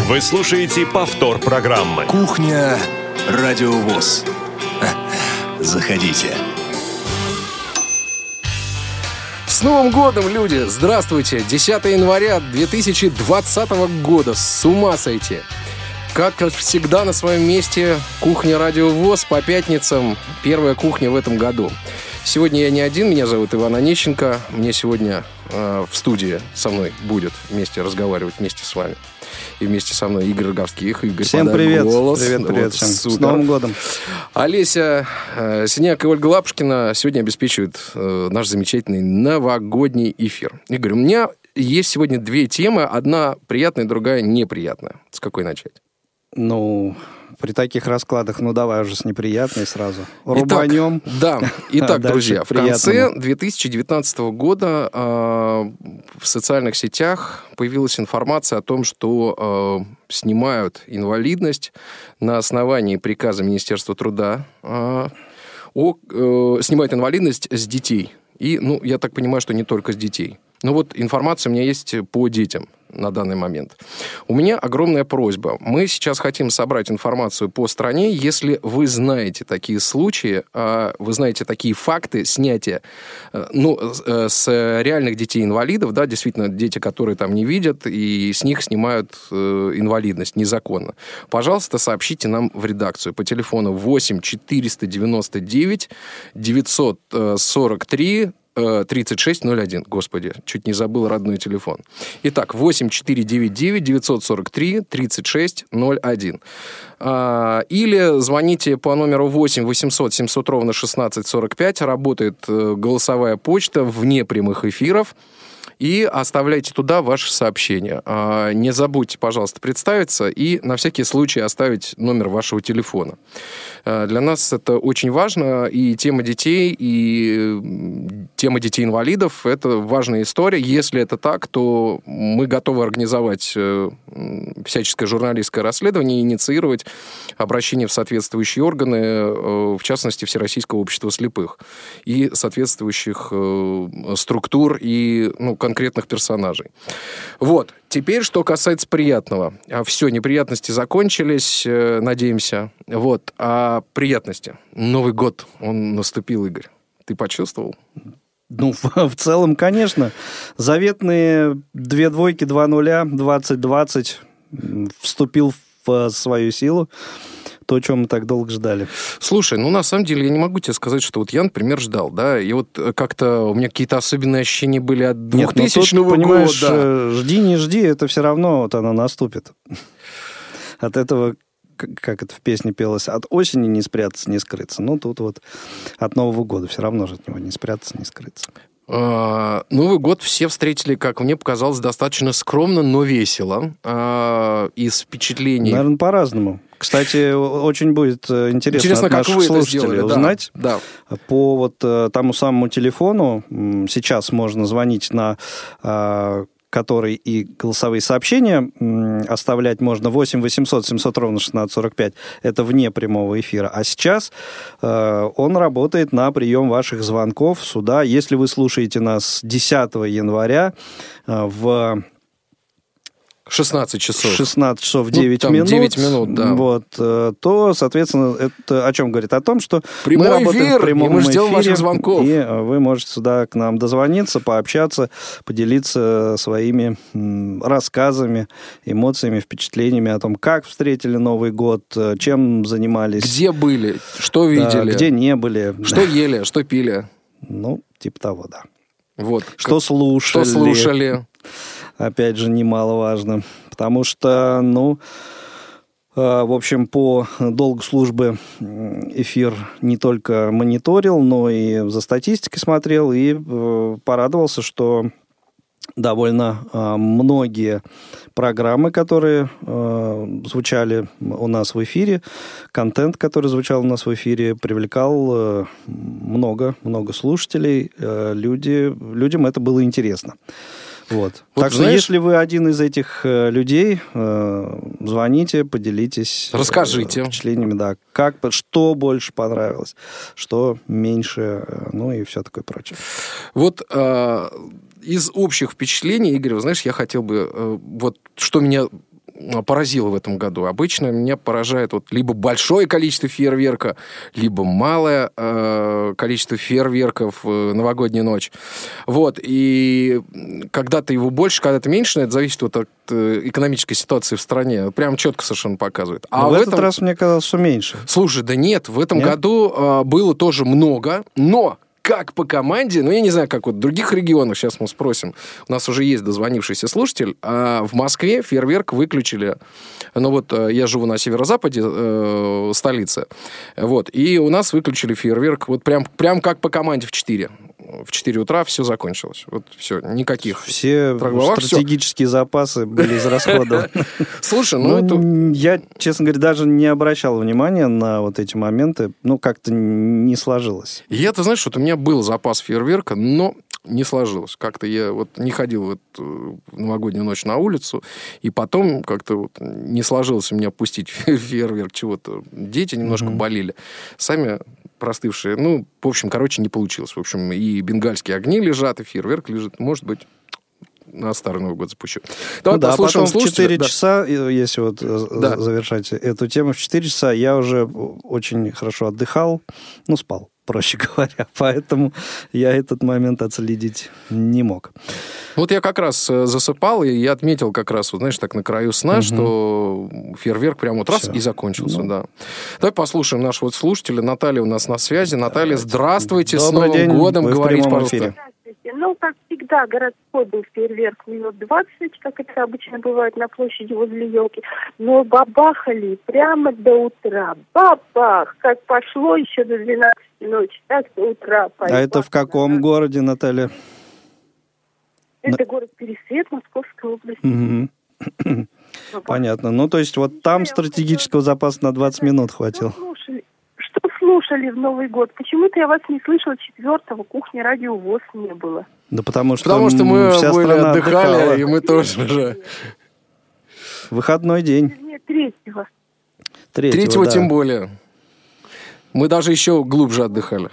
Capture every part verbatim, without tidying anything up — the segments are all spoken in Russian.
Вы слушаете повтор программы. Кухня Радио ВОС. Заходите. С Новым годом, люди! Здравствуйте! десятое января две тысячи двадцатого года. С ума сойти! Как всегда, на своем месте кухня Радио ВОС по пятницам. Первая кухня в этом году. Сегодня я не один, меня зовут Иван Онищенко. Мне сегодня э, в студии со мной будет вместе разговаривать вместе с вами. И вместе со мной Игорь Роговских. Игорь, всем привет. Голос. Привет, привет вот, всем. супер. С Новым годом. Олеся э, Синяк и Ольга Лапушкина сегодня обеспечивают э, наш замечательный новогодний эфир. Игорь, у меня есть сегодня две темы. Одна приятная, другая неприятная. С какой начать? Ну, при таких раскладах, ну давай уже с неприятной сразу. Рубанем. Итак, да. Итак, а друзья, в конце две тысячи девятнадцатого года э, в социальных сетях появилась информация о том, что э, снимают инвалидность на основании приказа Министерства труда. Э, о, э, снимают инвалидность с детей. И, ну, я так понимаю, что не только с детей. Но вот информация у меня есть по детям на данный момент. У меня огромная просьба. Мы сейчас хотим собрать информацию по стране. Если вы знаете такие случаи, вы знаете такие факты снятия, ну, с реальных детей-инвалидов, да, действительно, дети, которые там не видят, и с них снимают инвалидность незаконно, пожалуйста, сообщите нам в редакцию по телефону восемь четыреста девяносто девять девятьсот сорок три тридцать шесть ноль один. Господи, чуть не забыл родной телефон. Итак, восемь четыре девять девять девятьсот сорок три тридцать шесть ноль один. Или звоните по номеру восемь восемьсот семьсот ровно шестнадцать сорок пять. Работает голосовая почта вне прямых эфиров. И оставляйте туда ваши сообщения. Не забудьте, пожалуйста, представиться и на всякий случай оставить номер вашего телефона. Для нас это очень важно. И тема детей, и тема детей-инвалидов – это важная история. Если это так, то мы готовы организовать всяческое журналистское расследование и инициировать обращение в соответствующие органы, в частности, Всероссийского общества слепых и соответствующих структур и, ну, конкретных персонажей. Вот. Теперь, что касается приятного. Все, неприятности закончились, надеемся. Вот. А приятности. Новый год, он наступил, Игорь. Ты почувствовал? Ну, в, в целом, конечно. Заветные две двойки, два нуля, двадцать двадцать вступил в свою силу. То, чего мы так долго ждали. Слушай, ну, на самом деле, я не могу тебе сказать, что вот я, например, ждал, да, и вот как-то у меня какие-то особенные ощущения были от двухтысячного года. Понимаешь, да. Жди, не жди, это все равно вот оно наступит. От этого, как это в песне пелось, от осени не спрятаться, не скрыться. Ну, тут вот от Нового года все равно же от него не спрятаться, не скрыться. Uh, Новый год все встретили, как мне показалось, достаточно скромно, но весело. Uh, из впечатлений... Наверное, по-разному. Кстати, очень будет интересно, интересно от как наших вы слушателей это сделали, узнать. Да, да. По вот тому самому телефону сейчас можно звонить на... который и голосовые сообщения оставлять можно восемь восемьсот семьсот ровно шестнадцать сорок пять. Это вне прямого эфира. А сейчас э, он работает на прием ваших звонков сюда. Если вы слушаете нас десятого января э, в... шестнадцать часов. шестнадцать часов девять минут. девять минут, да. Вот, то, соответственно, это о чем говорит? О том, что прямой мы работаем эфир, в прямом и мы ждем эфире, ваших звонков. И вы можете сюда к нам дозвониться, пообщаться, поделиться своими рассказами, эмоциями, впечатлениями о том, как встретили Новый год, чем занимались. Где были, что видели. Да, где не были. Что ели, что пили. Ну, типа того, да. Вот. Что слушали. Что слушали. Опять же, немаловажно. Потому что, ну, э, в общем, по долгу службы эфир не только мониторил, но и за статистикой смотрел, и э, порадовался, что довольно э, многие программы, которые э, звучали у нас в эфире, контент, который звучал у нас в эфире, привлекал э, много, много слушателей. Э, люди, людям это было интересно. Вот. Вот, так знаешь, что, если вы один из этих э, людей, э, звоните, поделитесь. Расскажите. Э, впечатлениями, да. Как, что больше понравилось, что меньше, э, ну и все такое прочее. Вот э, из общих впечатлений, Игорь, вы знаешь, я хотел бы... Э, вот что меня поразило в этом году? Обычно меня поражает вот либо большое количество фейерверка, либо малое э, количество фейерверков в новогоднюю ночь. Вот. И когда-то его больше, когда-то меньше, это зависит вот от экономической ситуации в стране. Прям четко совершенно показывает. А в, в этот этом... раз мне казалось, что меньше. Слушай, да нет, в этом нет? году э, было тоже много, но как по команде, ну, я не знаю, как вот в других регионах, сейчас мы спросим, у нас уже есть дозвонившийся слушатель, а в Москве фейерверк выключили, ну, вот я живу на северо-западе э, столицы, вот, и у нас выключили фейерверк вот прям, прям как по команде в четыре. В четыре утра все закончилось. Вот все, никаких. Все стратегические все. запасы были израсходованы. Слушай, ну... ну это... Я, честно говоря, даже не обращал внимания на вот эти моменты. Ну, как-то не сложилось. Я, ты знаешь, вот у меня был запас фейерверка, но не сложилось. Как-то я вот не ходил в эту новогоднюю ночь на улицу, и потом как-то вот не сложилось у меня пустить фейерверк чего-то. Дети немножко mm-hmm. болели. Сами... простывшие. Ну, в общем, короче, не получилось. В общем, и бенгальские огни лежат, и фейерверк лежит. Может быть, на Старый Новый год запущу. Давай ну да, послушаем потом в четыре да. часа, если вот да. завершать эту тему, в четыре часа я уже очень хорошо отдыхал, ну, спал, проще говоря. Поэтому я этот момент отследить не мог. Вот я как раз засыпал, и я отметил как раз, вот, знаешь, так на краю сна, угу. что фейерверк прямо вот раз Все. и закончился, ну. да. Давай послушаем нашего вот слушателя. Наталья у нас на связи. Наталья, здравствуйте, Добрый с Новым день. годом, Вы говорите, пожалуйста. Здравствуйте. Ну, как всегда, городской был фейерверк минут двадцать, как это обычно бывает на площади возле елки. Но бабахали прямо до утра. Бабах! Как пошло еще до двенадцати ночи, так до утра. А это в каком городе, Наталья? Это город Пересвет, Московская область. Угу. Понятно. Ну, то есть вот там стратегического запаса на двадцать минут хватило. Что слушали в Новый год? Почему-то я вас не слышала четвертого, кухни Радио ВОС не было. Да потому что, потому что мы вся были страна отдыхали, отдыхала. И мы тоже же. Выходной день. Нет, третьего. Третьего, Третьего да. тем более. Мы даже еще глубже отдыхали.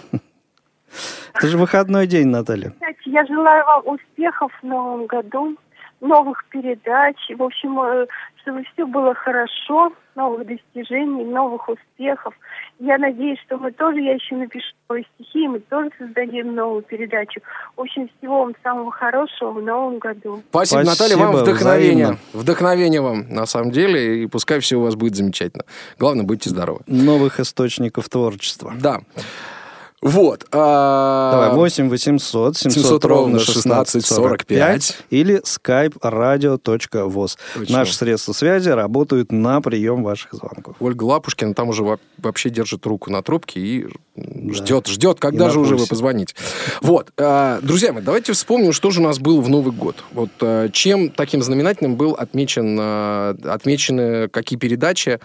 Это же выходной день, Наталья. Кстати, я желаю вам успехов в новом году, новых передач, в общем, чтобы все было хорошо, новых достижений, новых успехов. Я надеюсь, что мы тоже, я еще напишу новые стихи, и мы тоже создадим новую передачу. В общем, всего вам самого хорошего в новом году. Спасибо, Спасибо, Наталья, вам вдохновение. взаимно. Вдохновение вам, на самом деле, и пускай все у вас будет замечательно. Главное, будьте здоровы. Новых источников творчества. Да. Вот. А... Давай, восемь восемьсот семьсот ровно шестнадцать сорок пять или skype radio точка voz. Наши средства связи работают на прием ваших звонков. Ольга Лапушкина там уже вообще держит руку на трубке и да. ждет, ждет, когда и же уже вы позвоните. Вот. Друзья мои, давайте вспомним, что же у нас было в Новый год. Вот чем таким знаменательным был отмечен, отмечены какие передачи.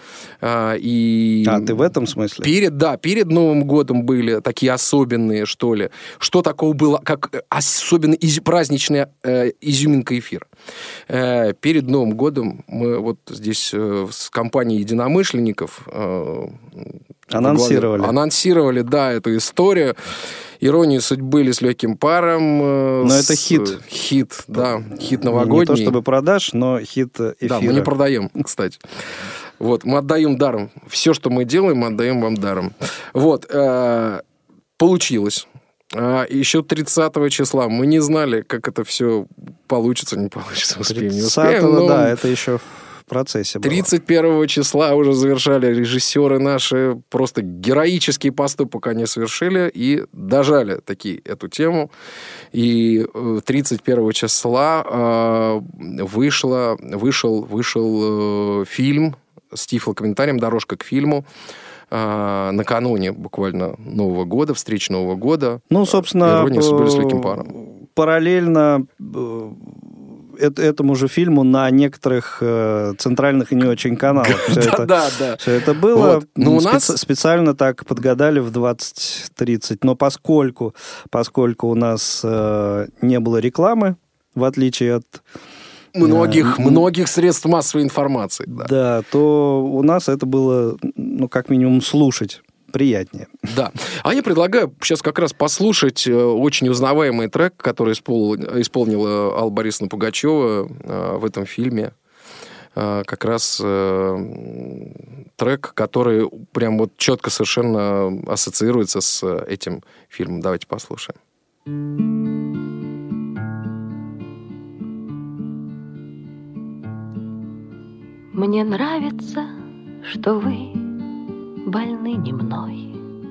И а, ты в этом смысле? Перед, да, перед Новым годом были такие особенные, что ли. Что такого было, как особенно из, праздничная э, изюминка эфира. Э, перед Новым годом мы вот здесь э, с компанией единомышленников э, анонсировали. Главе, анонсировали, да, эту историю. «Иронию судьбы» или «С легким паром». Э, но с, это хит. Хит, да, хит новогодний. Не то чтобы продаж, но хит эфира. Да, мы не продаем, кстати. Вот, мы отдаем даром. Все, что мы делаем, мы отдаем вам даром. Вот, э, получилось. А еще тридцатого числа мы не знали, как это все получится, не получится, успеем, не успеем. Но да, это еще в процессе было. тридцать первого числа уже завершали режиссеры наши, просто героический поступок они совершили и дожали таки эту тему. И тридцать первого числа э, вышло, вышел, вышел э, фильм с тифлокомментарием «Дорожка к фильму». Накануне буквально Нового года, встречи Нового года. Ну, собственно, «Ирония судьбы» с легким паром. Параллельно этому же фильму на некоторых центральных и не очень каналах все это, да, да. все это было. Вот. Но у нас... Специально так подгадали в двадцать тридцать. Но поскольку, поскольку у нас не было рекламы, в отличие от Многих, многих средств массовой информации. Да. да, то у нас это было, ну, как минимум, слушать приятнее. Да. А я предлагаю сейчас как раз послушать очень узнаваемый трек, который испол... исполнила Алла Борисовна Пугачева в этом фильме. как раз трек, который прям вот четко совершенно ассоциируется с этим фильмом. Давайте послушаем. Мне нравится, что вы больны не мной.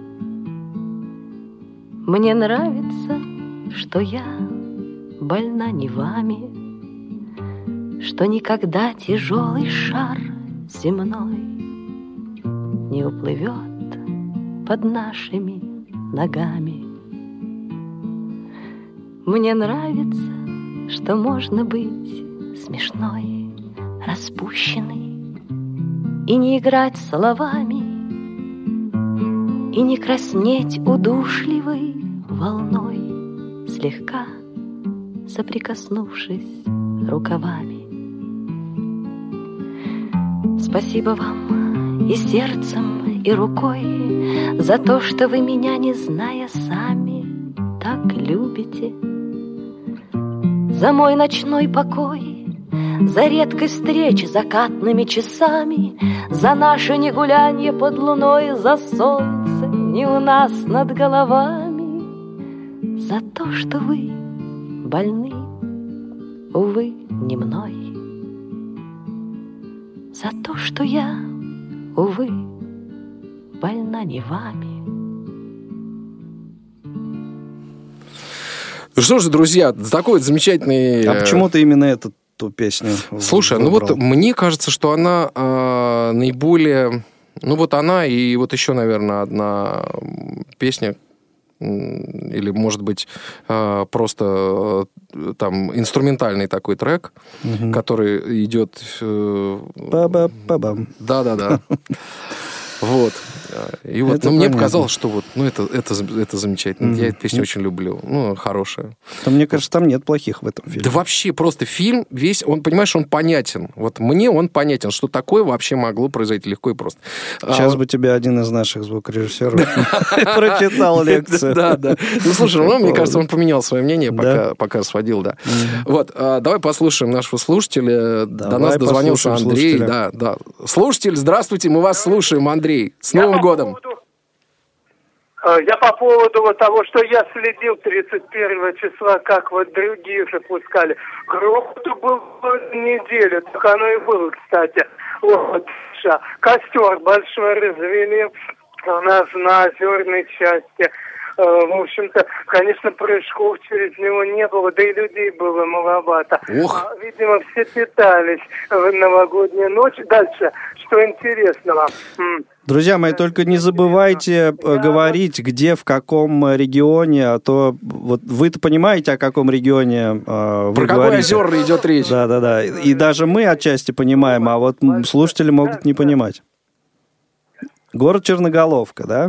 Мне нравится, что я больна не вами, что никогда тяжелый шар земной не уплывет под нашими ногами. Мне нравится, что можно быть смешной, распущенной и не играть словами, и не краснеть удушливой волной, слегка соприкоснувшись рукавами. Спасибо вам и сердцем, и рукой за то, что вы меня, не зная сами, так любите. За мой ночной покой, за редкой встречи закатными часами, за наше негулянье под луной, за солнце не у нас над головами, за то, что вы больны, увы, не мной, за то, что я, увы, больна не вами. Что же, друзья, такой замечательный... А почему ты именно эту ту песню Слушай, выбрал? Ну вот мне кажется, что она э, наиболее... Ну вот она и вот еще, наверное, одна песня, или, может быть, э, просто э, там инструментальный такой трек, угу. который идет... Э, Ба-ба-ба-бам. Да-да-да. Вот. И вот, ну, мне показалось, что вот, ну, это, это, это замечательно. Mm-hmm. Я эту песню mm-hmm. очень люблю. Ну, хорошая. То, мне кажется, там нет плохих в этом фильме. Да вообще, просто фильм весь, он, понимаешь, он понятен. Вот мне он понятен, что такое вообще могло произойти легко и просто. Сейчас бы тебе один из наших звукорежиссеров прочитал лекцию. Да, да. Ну, слушай, ну, мне кажется, он поменял свое мнение, пока сводил, да. Вот, давай послушаем нашего слушателя. До нас дозвонился Андрей. Да, да. Слушатель, здравствуйте, мы вас слушаем, Андрей. С Новым годом! Я по поводу вот того, что я следил тридцать первого числа, как вот другие же пускали. Грохоту был неделю, так оно и было, кстати. Вот, костер большой развели у нас на озерной части. В общем-то, конечно, прыжков через него не было, да и людей было маловато. Ох. Видимо, все питались в новогоднюю ночь. Дальше, что интересного... Друзья мои, только не забывайте говорить, где, в каком регионе, а то вот вы-то понимаете, о каком регионе э, вы Про говорите. какой озерный идет речь. Да-да-да. И даже мы отчасти понимаем, а вот слушатели могут не понимать. Город Черноголовка, да?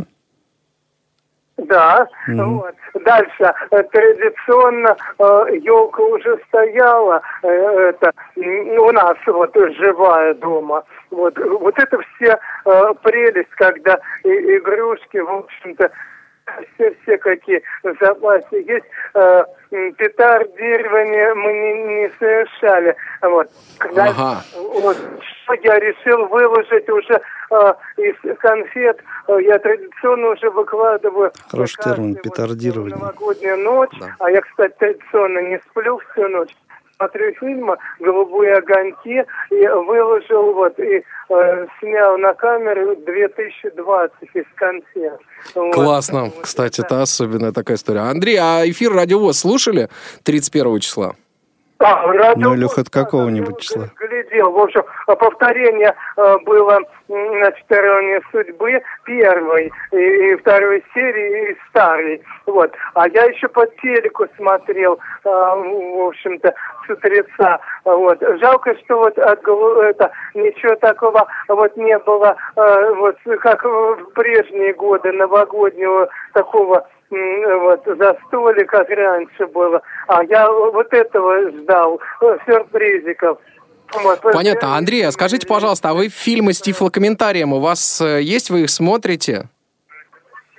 Да, mm-hmm. вот. Дальше. Традиционно э, елка уже стояла, э, это, у нас вот живая дома. Вот, вот это все э, прелесть, когда и, игрушки, в общем-то, все, все какие в запасе есть. Э, петардирование мы не, не совершали. Вот. Когда, ага. вот, что я решил выложить уже э, из конфет, э, я традиционно уже выкладываю. Хороший термин, петардирование. Новогоднюю ночь, да. А я, кстати, традиционно не сплю всю ночь. Смотрю фильмы «Голубые огоньки» и выложил вот и э, снял на камеру две тысячи двадцать из концерта. Классно. Вот. Кстати, это особенная такая история. Андрей, а эфир Радио ВОС слушали тридцать первого числа? А, ну, Илюха, от какого-нибудь числа? Глядел. В общем, повторение э, было, значит, «Ирония судьбы» первой и, и второй серии, и старой. Вот. А я еще по телеку смотрел, э, в общем-то, с утреца. Вот. Жалко, что вот от, это, ничего такого вот не было, э, вот, как в прежние годы, новогоднего такого вот застолье, как раньше было. А я вот этого ждал, сюрпризиков. Вот. Понятно. Андрей, а скажите, пожалуйста, а вы фильмы с тифлокомментарием у вас есть, вы их смотрите?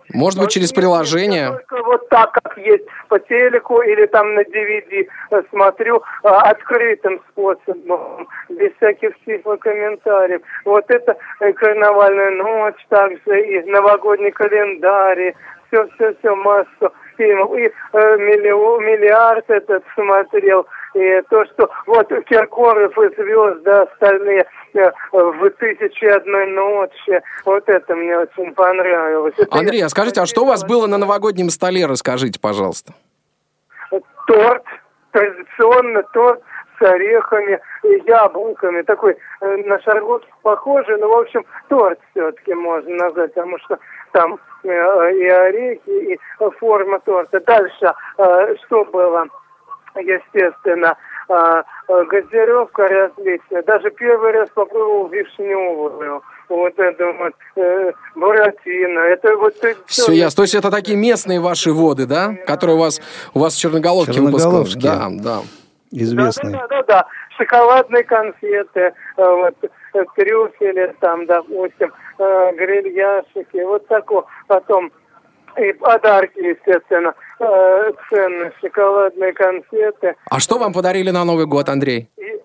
Может быть, через приложение? Только вот так, как есть по телеку или там на ди ви ди смотрю, открытым способом, без всяких комментариев. Вот это «Карнавальная ночь», также и «Новогодний календарь», все-все-все, массу фильмов. И э, миллион, миллиард этот смотрел. И то, что вот Киркоров и звезды остальные э, в «Тысяче одной ночи», вот это мне очень понравилось. Это Андрей, я... а скажите, а что у вас было на новогоднем столе, расскажите, пожалуйста. Торт, традиционно торт с орехами и яблоками. Такой э, на шарлотку похожий, но, в общем, торт все-таки можно назвать, потому что там э, и орехи, и форма торта. Дальше, э, что было? Естественно, э, газировка различная. Даже первый раз попробовал вишневую. Вот это вот э, буратино. Это вот... Все ясно. То есть это такие местные ваши воды, да? Которые у вас, у вас в Черноголовке выпускают? Да, да. Известные. Да, да, да, да. Шоколадные конфеты, вот, трюфели там, допустим, грильяшики, вот такое. Потом и подарки, естественно, ценные шоколадные конфеты. А что вам подарили на Новый год, Андрей? И...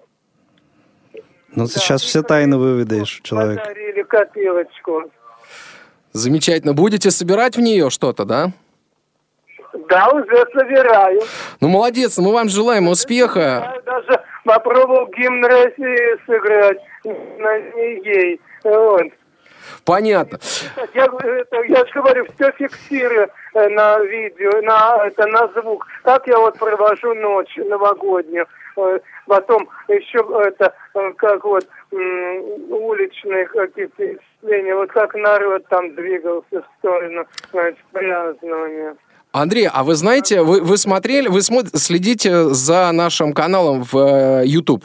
Ну, ты да, сейчас все тайны выведаешь человека. Подарили копилочку. Замечательно. Будете собирать в нее что-то, да? Да, уже собираю. Ну, молодец, мы вам желаем успеха. Я даже попробовал гимн России сыграть на ней. Вот. Понятно. Я, это, я же говорю, все фиксирую на видео, на, это, на звук. Как я вот провожу ночь новогоднюю. Потом еще это, как вот уличные какие-то впечатления, вот как народ там двигался в сторону, значит, празднования. Андрей, а вы знаете, вы, вы смотрели, вы смотр, следите за нашим каналом в э, YouTube?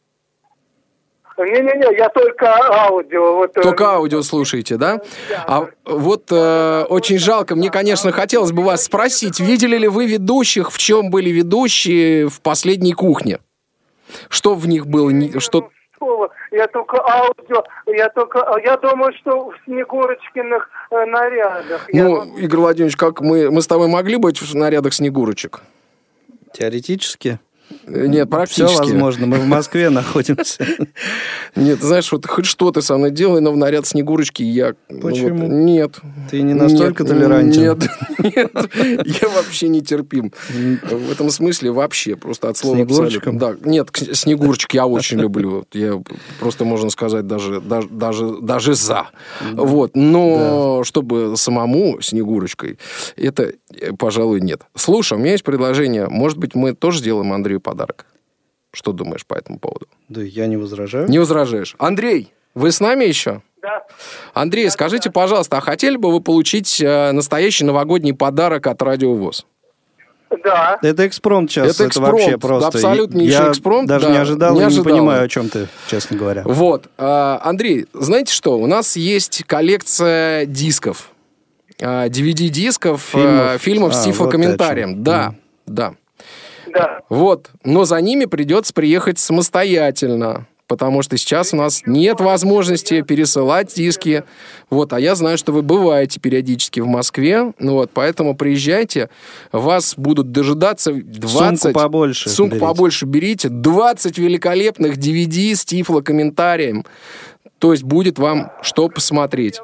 Не-не-не, я только аудио. Вот, только аудио слушаете, да? А вот э, очень жалко, мне, конечно, хотелось бы вас спросить, видели ли вы ведущих, в чем были ведущие в «Последней кухне»? Что в них было? Что... Я только аудио, я только, я думаю, что в Снегурочкиных э, нарядах. Ну, я... Игорь Владимирович, как мы, мы с тобой могли быть в нарядах Снегурочек? Теоретически. Нет, практически. Все возможно, мы в Москве находимся. Нет, знаешь, вот хоть что ты со мной делай, но в наряд Снегурочки я... Почему? Ну, вот, нет. Ты не настолько нет, толерантен? Нет, нет, я вообще не терпим. В этом смысле вообще, просто от слова... Снегурочкам? Да, нет, Снегурочек я очень люблю. Я просто, можно сказать, даже, даже, даже, даже за. Вот, но да. Чтобы самому Снегурочкой, это, пожалуй, нет. Слушай, у меня есть предложение. Может быть, мы тоже сделаем Андрею подарок? Что думаешь по этому поводу? Да я не возражаю. Не возражаешь. Андрей, вы с нами еще? Да. Андрей, да, скажите, да. пожалуйста, а хотели бы вы получить э, настоящий новогодний подарок от Радио ВОС? Да. Это экспромт сейчас. Это экспромт, это вообще просто... абсолютнейший я экспромт. даже да, не ожидал не и ожидал. не понимаю, о чем ты, честно говоря. Вот. Э, Андрей, знаете что? У нас есть коллекция дисков. Э, ди ви ди-дисков, фильмов, э, фильмов а, с тифлокомментарием. Вот да, mm. да. Да. Вот, но за ними придется приехать самостоятельно, потому что сейчас у нас нет возможности пересылать диски. Вот, а я знаю, что вы бываете периодически в Москве, ну вот, поэтому приезжайте, вас будут дожидаться двадцать... Сумку побольше. Сумку берите. побольше берите, двадцать великолепных ди ви ди с тифлокомментарием. То есть будет вам что посмотреть.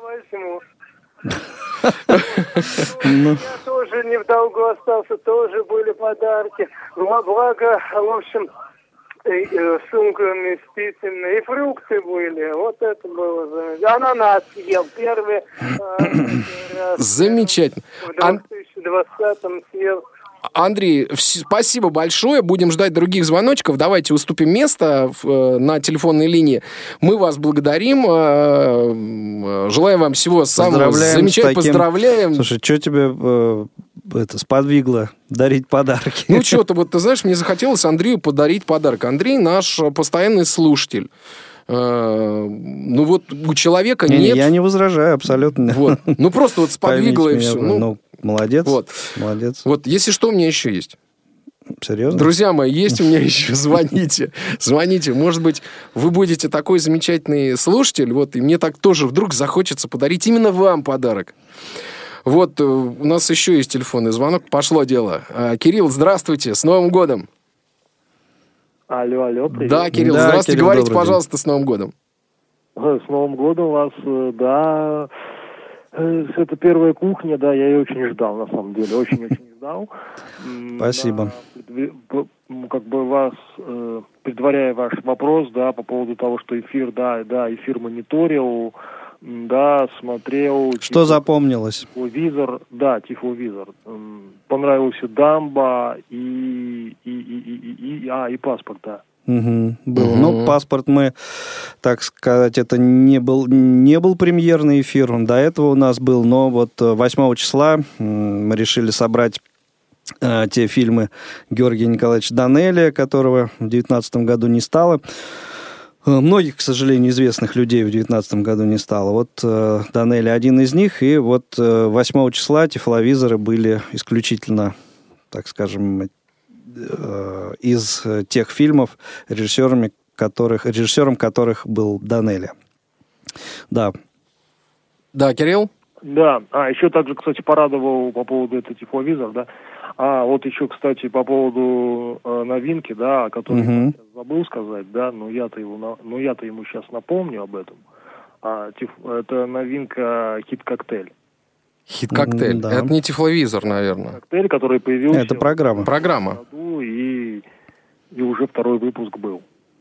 Я тоже не в долгу остался, тоже были подарки. Благо, в общем, сумка вместительная, и фрукты были. Вот это было замечательно. Ананас съел первый раз. Замечательно. В две тысячи двадцатом съел. Андрей, спасибо большое. Будем ждать других звоночков. Давайте уступим место на телефонной линии. Мы вас благодарим. Желаем вам всего самого замечательного. Таким... Поздравляем. Слушай, что тебе э, это, сподвигло дарить подарки? Ну, что-то, вот ты знаешь, мне захотелось Андрею подарить подарок. Андрей наш постоянный слушатель. Ну, вот у человека не, нет... Не, я не возражаю абсолютно. Вот. Ну, просто вот сподвигло и все. Ну, ну, молодец. Вот. Молодец. Вот, если что, у меня еще есть. Серьезно? Друзья мои, есть у меня еще, звоните. Звоните. Может быть, вы будете такой замечательный слушатель, вот, и мне так тоже вдруг захочется подарить именно вам подарок. Вот, у нас еще есть телефонный звонок. Пошло дело. Кирилл, здравствуйте, с Новым годом. Алло, алло, привет. Да, Кирилл, да, здравствуйте. Кирилл, Говорите, добрый пожалуйста, день. С Новым годом. С Новым годом вас, да. Это первая кухня, да, я ее очень ждал, на самом деле, очень-очень ждал. Спасибо. Да, как бы вас, предваряя ваш вопрос, да, по поводу того, что эфир, да, да, эфир мониторил, да, смотрел. Что тифо, запомнилось? Тифловизор, да, тифловизор. Понравился Дамба и, и, и, и, и, а, и паспорт, да. Угу, был. Угу. Ну, паспорт мы, так сказать, это не был, не был премьерный эфир, он до этого у нас был, но вот восьмого числа мы решили собрать э, те фильмы Георгия Николаевича Данелия, которого в девятнадцатом году не стало. Многих, к сожалению, известных людей в девятнадцатом году не стало. Вот э, Данелли один из них, и вот э, восьмого числа тифловизоры были исключительно, так скажем, э, из тех фильмов, режиссерами которых, режиссером которых был Данелли. Да. Да, Кирилл? Да, а еще также, кстати, порадовал по поводу этого тифловизора, да. А вот еще, кстати, по поводу э, новинки, да, о которой uh-huh. я забыл сказать, да, но я-то его, но я-то ему сейчас напомню об этом. А, тиф, это новинка «Хит-коктейль». «Хит-коктейль». Mm, да. Это не тифловизор, наверное. «Коктейль», который появился. Это программа. В программа. Году, и, и уже второй выпуск был.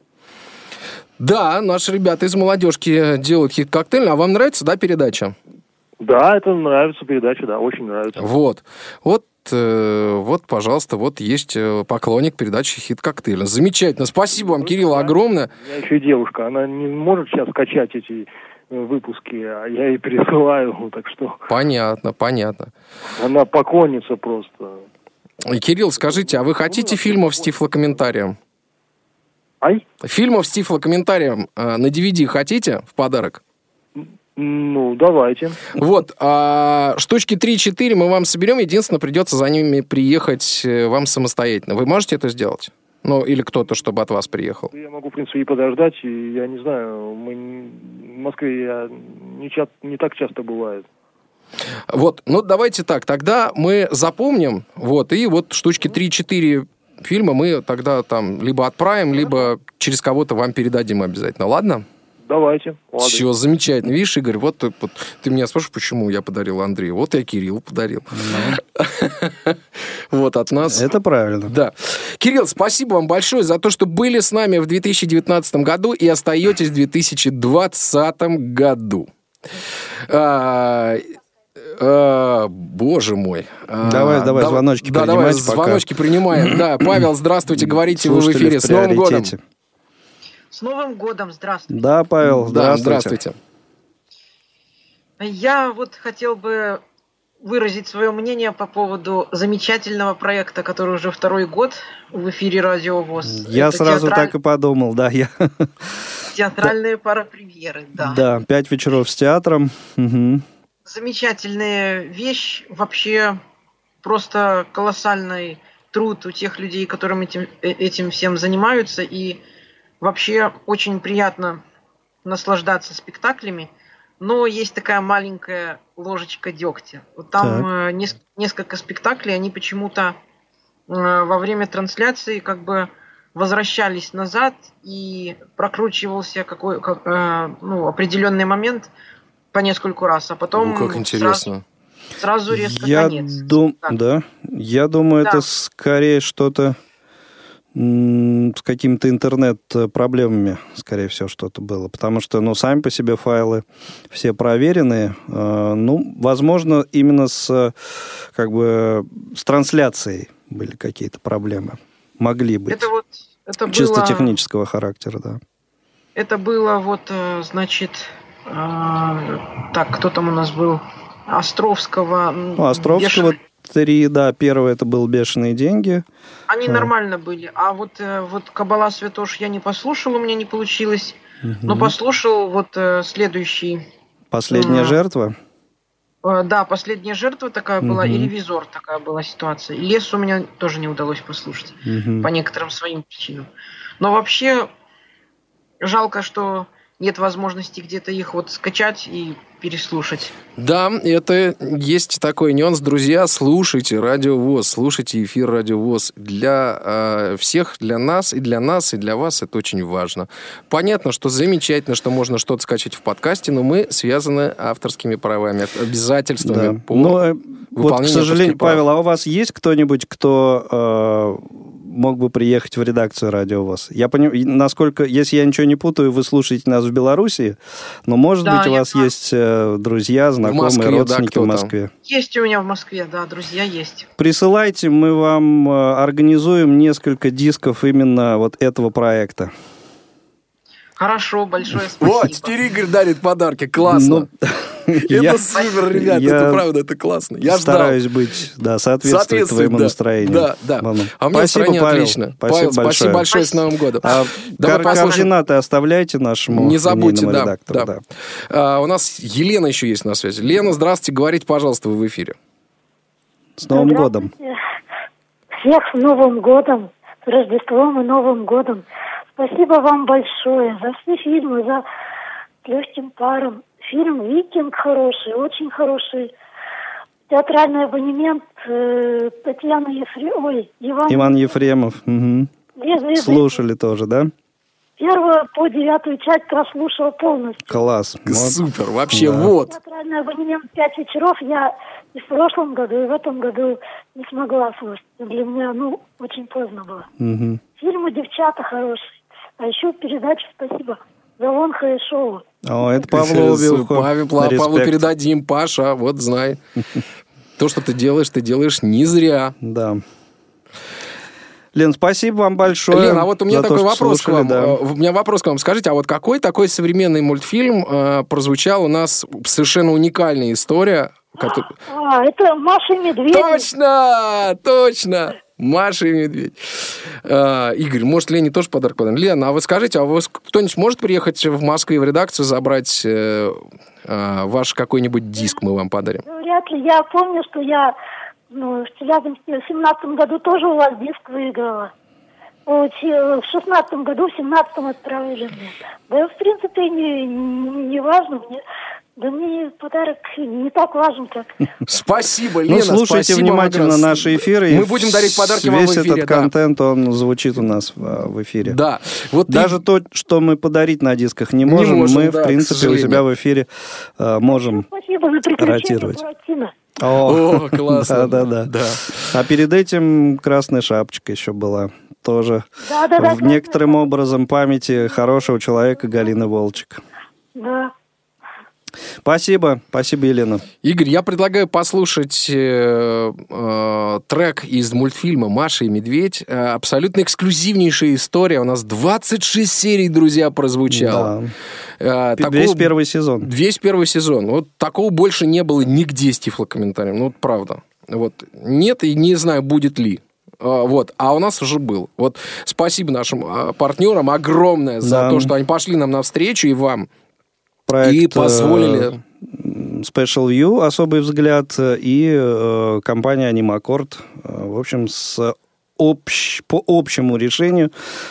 Да, наши ребята из молодежки делают «Хит-коктейль». А вам нравится, да, передача? Да, это нравится передача, да, очень нравится. Вот. Вот. Вот, пожалуйста, вот есть поклонник передачи «Хит-коктейль». Замечательно. Спасибо вам, Кирилл, огромное. У меня еще девушка, она не может сейчас скачать эти выпуски, а я ей пересылаю, так что... Понятно, понятно. Она поклонница просто. Кирилл, скажите, а вы хотите фильмов с тифлокомментарием? Ай? Фильмов с тифлокомментарием на ди ви ди хотите в подарок? Ну, давайте. Вот, а, штучки три-четыре мы вам соберем, единственное, придется за ними приехать вам самостоятельно. Вы можете это сделать? Ну, или кто-то, чтобы от вас приехал? Я могу, в принципе, и подождать, и я не знаю, мы в Москве я не, ча- не так часто бывает. Вот, ну, давайте так, тогда мы запомним, вот, и вот штучки три-четыре фильма мы тогда там либо отправим, либо через кого-то вам передадим обязательно, ладно? Давайте. Ладно. Все, замечательно. Видишь, Игорь, вот, вот ты меня спрашиваешь, почему я подарил Андрею. Вот я Кириллу подарил. Вот от нас. Это правильно. Да. Кирилл, спасибо вам большое за то, что были с нами в две тысячи девятнадцатом году и остаетесь в две тысячи двадцатом году. А, а, боже мой. Давай, а, давай, да, звоночки да, принимать. Давай, звоночки принимаем. Да, Павел, здравствуйте, говорите вы в эфире. С Новым годом. С Новым годом, здравствуйте. Да, Павел, да, здравствуйте. здравствуйте. Я вот хотел бы выразить свое мнение по поводу замечательного проекта, который уже второй год в эфире Радио ВОС. Я Это сразу театраль... так и подумал, да. Я... Театральные парапремьеры, да. Да, пять вечеров с театром. Угу. Замечательная вещь, вообще просто колоссальный труд у тех людей, которым этим, этим всем занимаются, и вообще очень приятно наслаждаться спектаклями, но есть такая маленькая ложечка дегтя. Вот там э, неск- несколько спектаклей, они почему-то э, во время трансляции как бы возвращались назад, и прокручивался какой, как, э, ну, определенный момент по нескольку раз, а потом ну, как интересно. Сразу, сразу резко Я конец. Дум... Да, я думаю, да. Это скорее что-то с какими-то интернет-проблемами, скорее всего, что-то было. Потому что, ну, сами по себе файлы все проверенные. Ну, возможно, именно с, как бы, с трансляцией были какие-то проблемы. Могли быть. Это вот, это чисто было... технического характера, да. Это было вот, значит, э, так, кто там у нас был? Островского. Ну, Островского... Бешеный... Три, да, первое это был «Бешеные деньги». Они а. нормально были. А вот, вот «Кабала Святош» я не послушал, у меня не получилось. Угу. Но послушал вот следующий. «Последняя а, жертва». Да, «Последняя жертва» такая угу. была, и «Ревизор» такая была ситуация. И «Лес» у меня тоже не удалось послушать. Угу. По некоторым своим причинам. Но вообще жалко, что нет возможности где-то их вот скачать и переслушать. Да, это есть такой нюанс. Друзья, слушайте Радио ВОС, слушайте эфир Радио ВОС. Для э, всех, для нас, и для нас, и для вас это очень важно. Понятно, что замечательно, что можно что-то скачать в подкасте, но мы связаны авторскими правами, обязательствами да. по но, выполнению вот, к сожалению, прав. Павел, а у вас есть кто-нибудь, кто... Э, мог бы приехать в редакцию Радио ВОС? Я понимаю, насколько, если я ничего не путаю, вы слушаете нас в Беларуси, но, может да, быть, у вас знаю. есть э, друзья, знакомые, в Москве, родственники да, в Москве. Есть у меня в Москве, да, друзья есть. Присылайте, мы вам э, организуем несколько дисков именно вот этого проекта. Хорошо, большое спасибо. Вот, теперь Игорь дарит подарки, классно. Это супер, ребят, это правда, это классно. Я стараюсь быть, да, соответствовать твоему настроению. Да, да. А у меня настроение отлично. Павел, спасибо большое, с Новым годом. Координаты оставляйте нашему редактору. У нас Елена еще есть на связи. Лена, здравствуйте, говорите, пожалуйста, вы в эфире. С Новым годом. Всех с Новым годом, с Рождеством и Новым годом. Спасибо вам большое за все фильмы, за «Легким паром». Фильм «Викинг» хороший, очень хороший. Театральный абонемент э, Татьяна Ефремова. Ой, Иван, Иван Ефремов. Угу. Слушали тоже, да? Первую по девятую часть прослушала полностью. Класс. Вот. Супер, вообще да. Вот. Театральный абонемент «Пять вечеров» я и в прошлом году, и в этом году не смогла слушать. Для меня, ну, очень поздно было. Угу. Фильмы «Девчата» хорошие. А еще передача «Спасибо» за Вонха и шоу. О, это Павлу Вилку. Павел, Павлу передадим, Паша, вот знай. То, что ты делаешь, ты делаешь не зря. Да. Лен, спасибо вам большое. Лен, а вот у меня такой то, вопрос слушали, к вам. Да. У меня вопрос к вам. Скажите, а вот какой такой современный мультфильм э, прозвучал у нас? Совершенно уникальная история. Который... А, это «Маша и Медведь». Точно! Точно! Маша и Медведь. А, Игорь, может, Лене тоже подарок подарим? Лена, а вы скажите, а вы, кто-нибудь может приехать в Москву в редакцию, забрать э, э, ваш какой-нибудь диск, мы вам подарим? Вряд ли. Я помню, что я ну, в Челябинске в семнадцатом году тоже у вас диск выиграла. В шестнадцатом году, в семнадцатом отправили мне. Да, в принципе, не, не, не важно мне. Да мне подарок не так важен, как... Спасибо, Лена, ну, слушайте спасибо внимательно наши эфиры. Мы будем дарить подарки вам в эфире. Весь этот да. контент, он звучит у нас в, в эфире. Да. Вот даже и... то, что мы подарить на дисках не можем, не можем мы, да, в принципе, у себя в эфире э, можем спасибо за ротировать. О, О, классно. Да, да, да. А перед этим «Красная шапочка» еще была. Тоже да, да, да, в некоторым да. образом памяти хорошего человека Галины Волчек. Да. Спасибо, спасибо, Елена. Игорь, я предлагаю послушать э, э, трек из мультфильма «Маша и Медведь». Э, абсолютно эксклюзивнейшая история. У нас двадцать шесть серий, друзья, прозвучало. Да. Э, такого... Весь первый сезон. Весь первый сезон. Вот такого больше не было нигде с тифлокомментарием. Ну, вот правда. Вот. Нет, и не знаю, будет ли. Вот, а у нас уже был. Вот спасибо нашим партнерам огромное за да. то, что они пошли нам навстречу и вам. Проект, и позволили... Special View, особый взгляд, и э, компания Анимакорд. Э, в общем, с общ, по общему решению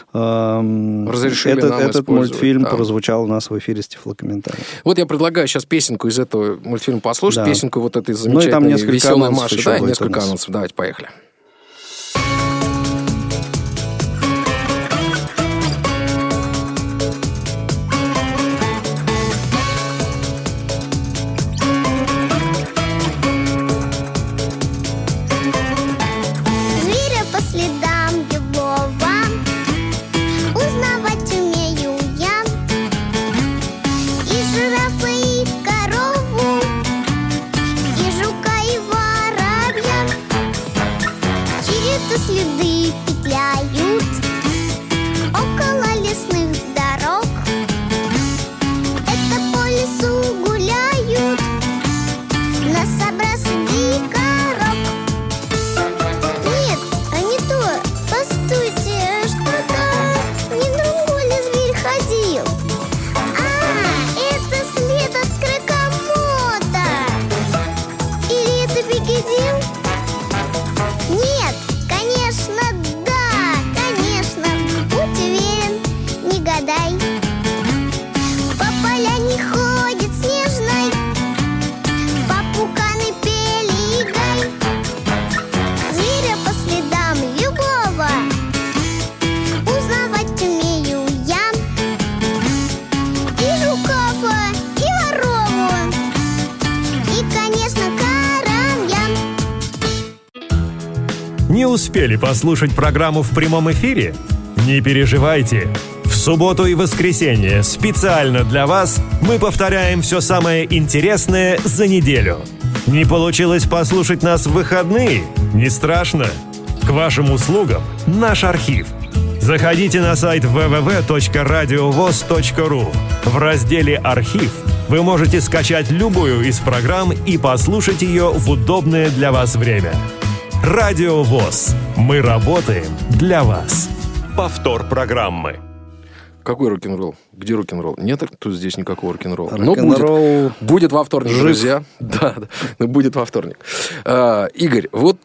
э, этот, этот мультфильм да. прозвучал у нас в эфире с тифлокомментарием. Вот я предлагаю сейчас песенку из этого мультфильма послушать, да. песенку вот этой замечательной, ну, и там несколько веселой Маши. Да, несколько анонсов. Давайте, поехали. И жука, и воробья. успели послушать программу в прямом эфире? Не переживайте. В субботу и воскресенье специально для вас мы повторяем все самое интересное за неделю. Не получилось послушать нас в выходные? Не страшно. К вашим услугам наш архив. Заходите на сайт дабл ю дабл ю дабл ю точка радиовос точка ру. В разделе «Архив» вы можете скачать любую из программ и послушать ее в удобное для вас время. Радио ВОС. Мы работаем для вас. Повтор программы. Какой рок-н-ролл? Где рок-н-ролл? Нет, тут здесь никакого рок-н-ролла. Рок-н-ролл будет, будет во вторник, жив. Друзья. Да, да, будет во вторник. А, Игорь, вот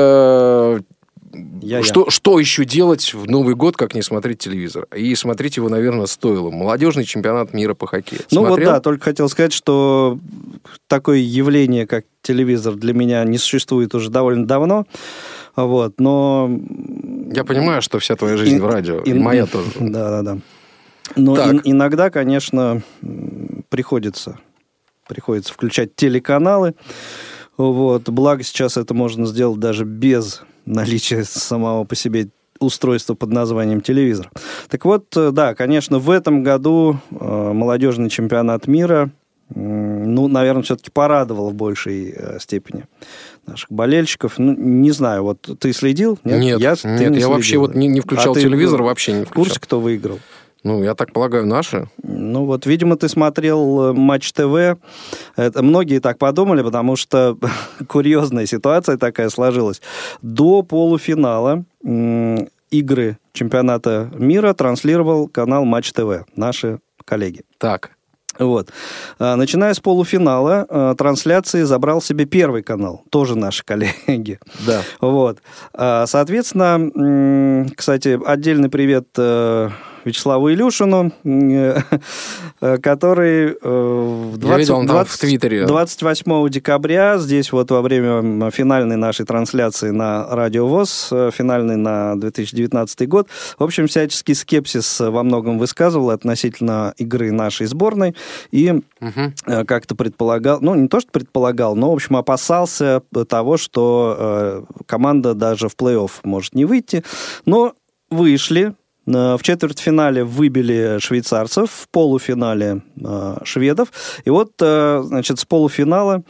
а, Я, что, я. что еще делать в Новый год, как не смотреть телевизор? И смотреть его, наверное, стоило. Молодежный чемпионат мира по хоккею. Ну Смотрел? вот да, только хотел сказать, что такое явление, как телевизор, для меня не существует уже довольно давно. Вот, но... Я понимаю, что вся твоя жизнь и, в радио, и, и моя тоже. Да, да, да. Но и, иногда, конечно, приходится, приходится включать телеканалы. Вот. Благо сейчас это можно сделать даже без наличия самого по себе устройства под названием телевизор. Так вот, да, конечно, в этом году молодежный чемпионат мира, ну, наверное, все-таки порадовал в большей степени наших болельщиков. Ну, не знаю, вот ты следил? Нет, нет, я, нет, не я следил. вообще вот не, не включал а телевизор, ты вообще не включал. В курсе, кто выиграл? Ну, я так полагаю, наши. Ну, вот, видимо, ты смотрел Матч ТВ. Это многие так подумали, потому что курьезная ситуация такая сложилась. До полуфинала м- игры чемпионата мира транслировал канал Матч ТВ, наши коллеги. Так. Вот. Начиная с полуфинала, трансляции забрал себе Первый канал, тоже наши коллеги. Да. Вот. Соответственно, кстати, отдельный привет Вячеславу Илюшину, который двадцать восьмого декабря здесь вот во время финальной нашей трансляции на Радио ВОС, финальной на две тысячи девятнадцатый год, в общем, всяческий скепсис во многом высказывал относительно игры нашей сборной и угу. как-то предполагал, ну, не то, что предполагал, но, в общем, опасался того, что команда даже в плей-офф может не выйти, но вышли. В четвертьфинале выбили швейцарцев, в полуфинале э, шведов. И вот, э, значит, с полуфинала,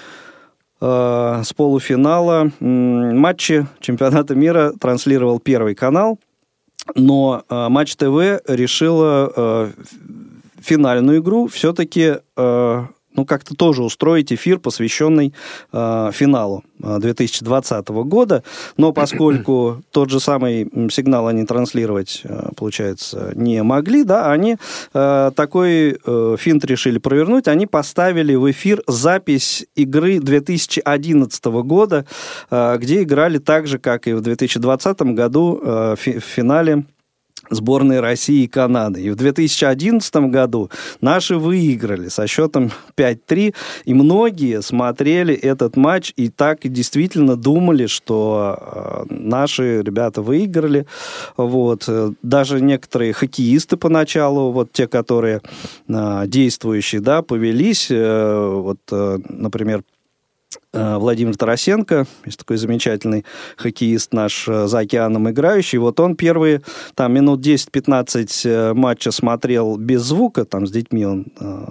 э, с полуфинала э, матчи чемпионата мира транслировал Первый канал, но э, Матч ТВ решила э, финальную игру все-таки... Э, ну, как-то тоже устроить эфир, посвященный э, финалу две тысячи двадцатого года. Но поскольку тот же самый сигнал они транслировать, э, получается, не могли, да, они э, такой э, финт решили провернуть. Они поставили в эфир запись игры две тысячи одиннадцатого года, э, где играли так же, как и в две тысячи двадцатом году э, фи- в финале сборной России и Канады. И в две тысячи одиннадцатом году наши выиграли со счетом пять три, и многие смотрели этот матч и так и действительно думали, что наши ребята выиграли. Вот. Даже некоторые хоккеисты поначалу, вот те, которые действующие, да, повелись. Вот, например, Владимир Тарасенко, есть такой замечательный хоккеист наш, за океаном играющий, вот он первые там минут десять-пятнадцать матча смотрел без звука, там с детьми он э,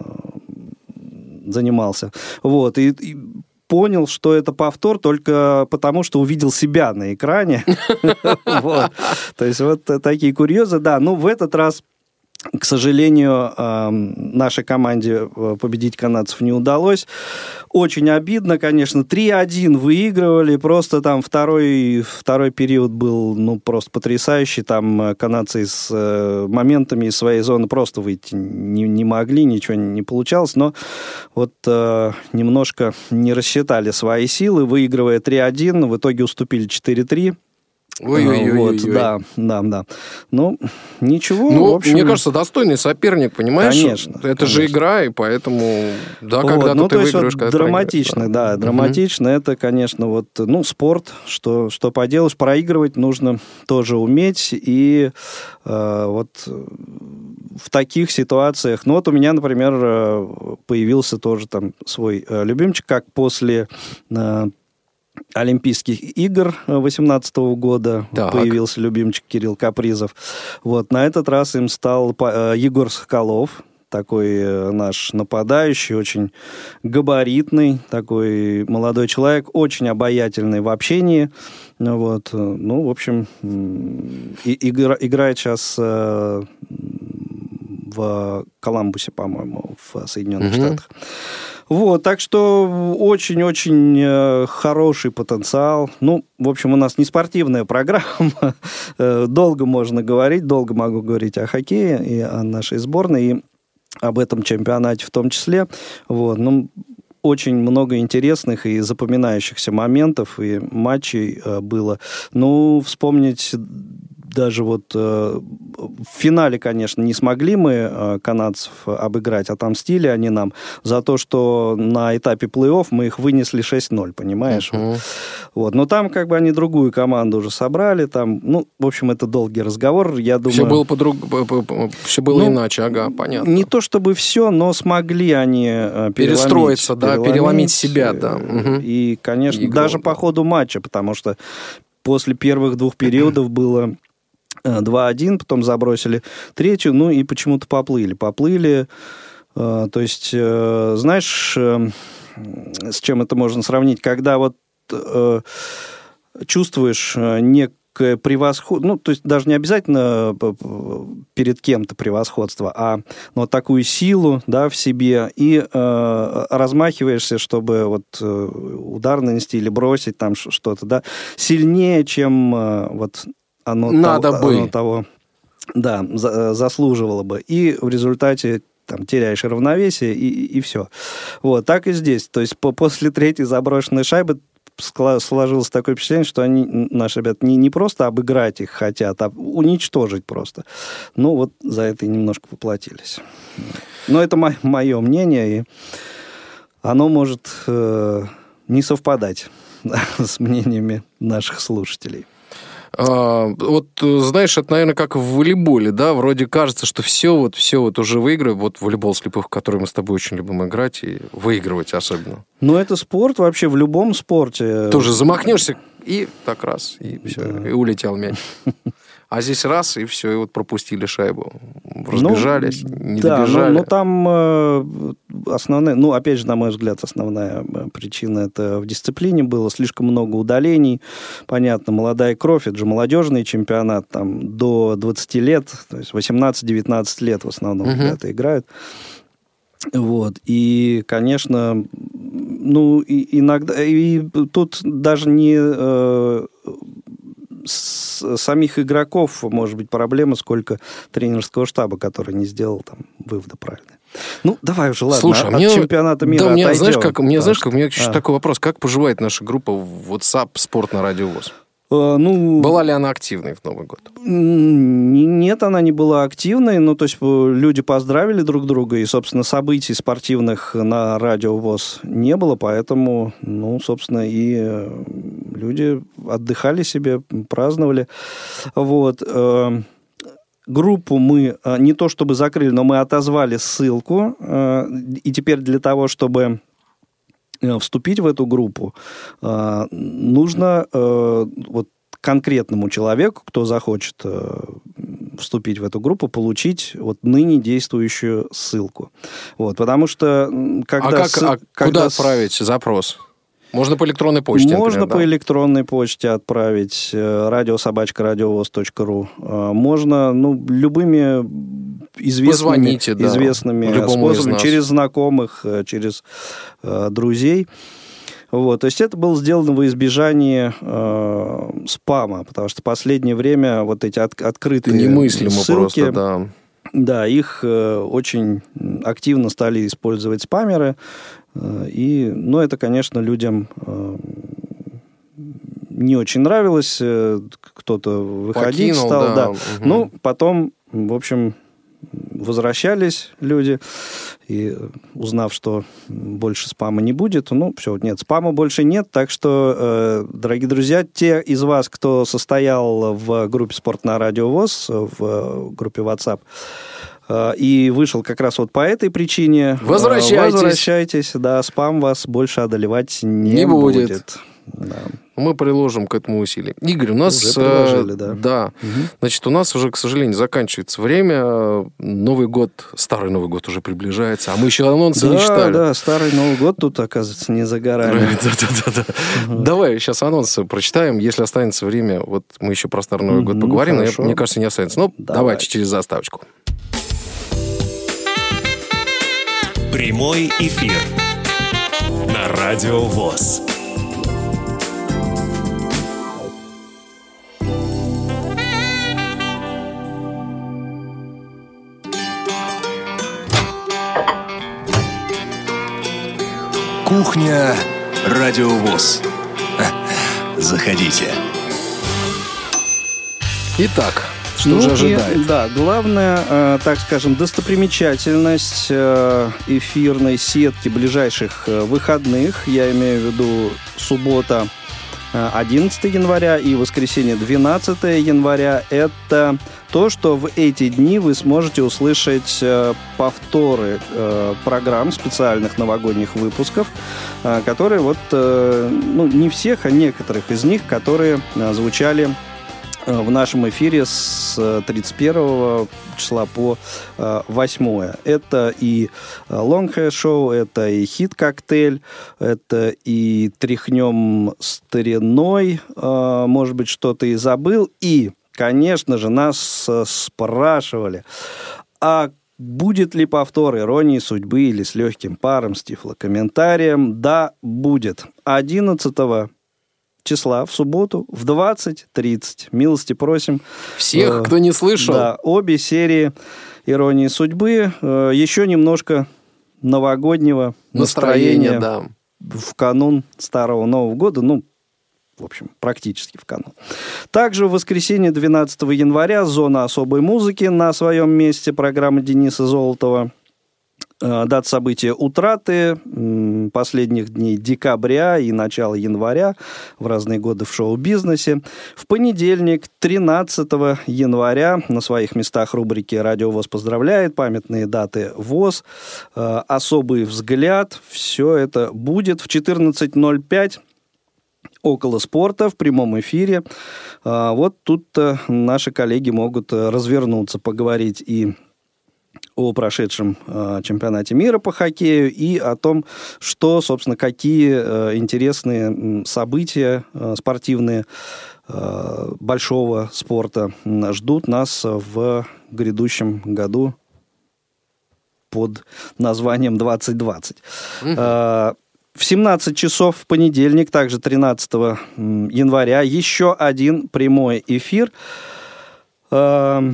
занимался, вот, и, и понял, что это повтор только потому, что увидел себя на экране. То есть вот такие курьезы, да, ну в этот раз, к сожалению, нашей команде победить канадцев не удалось. Очень обидно, конечно. три один выигрывали. Просто там второй, второй период был, ну, просто потрясающий. Там канадцы с моментами из своей зоны просто выйти не, не могли, ничего не получалось. Но вот э, немножко не рассчитали свои силы. Выигрывая три один, в итоге уступили четыре три. Ой-ой-ой. Вот, да, да, да. Ну, ничего. Ну, в общем... мне кажется, достойный соперник, понимаешь? Конечно. Это конечно. же игра, и поэтому, да, вот, когда ну, ты то есть выигрываешь, вот когда драматично, ты да, драматично. Угу. Это, конечно, вот, ну, спорт, что, что поделаешь, проигрывать нужно тоже уметь, и э, вот в таких ситуациях, ну, вот у меня, например, появился тоже там свой э, любимчик, как после... Э, Олимпийских игр две тысячи восемнадцатого года. Так. Появился любимчик Кирилл Капризов. Вот, на этот раз им стал Егор Соколов, такой наш нападающий, очень габаритный, такой молодой человек, очень обаятельный в общении. Вот, ну, в общем, и, игра, играет сейчас э, в Коламбусе, по-моему, в Соединенных угу. Штатах. Вот, так что очень-очень э, хороший потенциал. Ну, в общем, у нас не спортивная программа. Долго можно говорить, долго могу говорить о хоккее и о нашей сборной, и об этом чемпионате в том числе. Вот, ну, очень много интересных и запоминающихся моментов и матчей э, было. Ну, вспомнить даже вот э, в финале, конечно, не смогли мы э, канадцев обыграть, отомстили они нам за то, что на этапе плей-офф мы их вынесли шесть ноль, понимаешь? Uh-huh. Вот. Но там как бы они другую команду уже собрали, там, ну, в общем, это долгий разговор, я думаю... Все было, подруг... все было ну, иначе, ага, понятно. Не то чтобы все, но смогли они переломить, перестроиться, да, переломить, переломить себя, да. Uh-huh. И, конечно, Игру, даже да. по ходу матча, потому что после первых двух периодов было... два один, потом забросили третью, ну и почему-то поплыли. Поплыли, э, то есть, э, знаешь, э, с чем это можно сравнить? Когда вот э, чувствуешь некое превосходство, ну, то есть даже не обязательно перед кем-то превосходство, а ну, вот такую силу, да, в себе, и э, размахиваешься, чтобы вот э, удар нанести или бросить там что-то, да, сильнее, чем э, вот Оно Надо того, бы. Оно того, да, за, заслуживало бы. И в результате там, теряешь равновесие, и, и все. Вот, так и здесь. То есть по, после третьей заброшенной шайбы сложилось такое впечатление, что они, наши ребята, не, не просто обыграть их хотят, а уничтожить просто. Ну, вот за это и немножко поплатились. Но это мо- мое мнение, и оно может э, не совпадать с мнениями наших слушателей. А, вот, знаешь, это, наверное, как в волейболе, да, вроде кажется, что все вот, все вот уже выигрывают, вот волейбол слепых, в который мы с тобой очень любим играть, и выигрывать особенно. Ну, это спорт вообще, в любом спорте. Тоже замахнешься, и так раз, и все, да. И улетел мяч. А здесь раз, и все, и вот пропустили шайбу. Разбежались, ну, не да, добежали. Ну, ну, там э, основная, ну, опять же, на мой взгляд, основная причина это в дисциплине было слишком много удалений. Понятно, молодая кровь, это же молодежный чемпионат, там, до двадцати лет, то есть восемнадцать-девятнадцать лет в основном uh-huh. ребята играют. Вот, и, конечно, ну, и, иногда, и тут даже не... Э, с самих игроков может быть проблема, сколько тренерского штаба, который не сделал там выводы правильные. Ну, давай уже, ладно, Слушай, от мне, чемпионата мира да, мне, знаешь, отойдем. как, мне, да, знаешь, как, у меня еще а. такой вопрос. Как поживает наша группа в WhatsApp «Спорт на Радио ВОС»? Uh, ну, была ли она активной в Новый год? Нет, она не была активной. Ну, то есть люди поздравили друг друга, и, собственно, событий спортивных на Радио ВОС не было, поэтому, ну, собственно, и люди отдыхали себе, праздновали. Вот. Группу мы не то чтобы закрыли, но мы отозвали ссылку, и теперь для того, чтобы вступить в эту группу, нужно вот конкретному человеку, кто захочет вступить в эту группу, получить вот ныне действующую ссылку. Вот, потому что когда... А, как, с... а когда куда отправить запрос? Можно по электронной почте, Можно например, по да? электронной почте отправить, радиособачка радиовос точка ру. Можно, ну, любыми известными, да, известными способами, через знакомых, через э, друзей. Вот. То есть это было сделано во избежание э, спама, потому что в последнее время вот эти от, открытые немыслимо ссылки... просто, да. Да, их э, очень активно стали использовать спамеры. Э, и, ну, это, конечно, людям э, не очень нравилось. Э, кто-то выходить Покинул, стал. Да. Да. Угу. Ну, потом, в общем, возвращались люди. И узнав, что больше спама не будет, ну, все, нет, спама больше нет. Так что, э, дорогие друзья, те из вас, кто состоял в группе «Спорт на Радио ВОС», в группе WhatsApp, э, и вышел как раз вот по этой причине... Возвращайтесь. Возвращайтесь, да, спам вас больше одолевать не, не будет. будет. Да. Мы приложим к этому усилия. Игорь, у нас... Уже приложили, да. Да. Угу. Значит, у нас уже, к сожалению, заканчивается время. Новый год, старый Новый год уже приближается, а мы еще анонсы да, не читали. Да, старый Новый год тут, оказывается, не за горами. Угу. Давай сейчас анонсы прочитаем. Если останется время, вот мы еще про старый Новый угу, год поговорим, но, мне кажется, не останется. Ну, давай. давайте через заставочку. Прямой эфир на Радио ВОС. Кухня Радио ВОС. Заходите. Итак, что ну же ожидает? И, да, главная, э, так скажем, достопримечательность э, эфирной сетки ближайших э, выходных, я имею в виду суббота э, одиннадцатого января и воскресенье двенадцатого января, это то, что в эти дни вы сможете услышать э, повторы э, программ, специальных новогодних выпусков, э, которые вот, э, ну, не всех, а некоторых из них, которые э, звучали в нашем эфире с тридцать первого числа по восьмое. Это и Long Hair Show, это и Хит-коктейль, это и Тряхнем стариной, может быть, что-то и забыл. И, конечно же, нас спрашивали, а будет ли повтор «Иронии судьбы» или «С легким паром» с тифлокомментарием? Да, будет. одиннадцатого числа в субботу в двадцать тридцать. Милости просим. Всех, э, кто не слышал. Да, обе серии «Иронии судьбы». Э, еще немножко новогоднего настроения, настроения да. в канун Старого Нового года. Ну, в общем, практически в канун. Также в воскресенье двенадцатого января «Зона особой музыки» на своем месте. Программа Дениса Золотова. Дата события утраты последних дней декабря и начала января в разные годы в шоу-бизнесе. В понедельник, тринадцатого января, на своих местах рубрики «Радио ВОС поздравляет», памятные даты ВОС, особый взгляд. Все это будет в четырнадцать ноль пять. Около спорта в прямом эфире. Вот тут наши коллеги могут развернуться, поговорить и о прошедшем э, чемпионате мира по хоккею и о том, что, собственно, какие э, интересные события э, спортивные э, большого спорта ждут нас в грядущем году под названием двадцать двадцать. Mm-hmm. Э, в семнадцать часов в понедельник, также тринадцатого января, еще один прямой эфир. Э,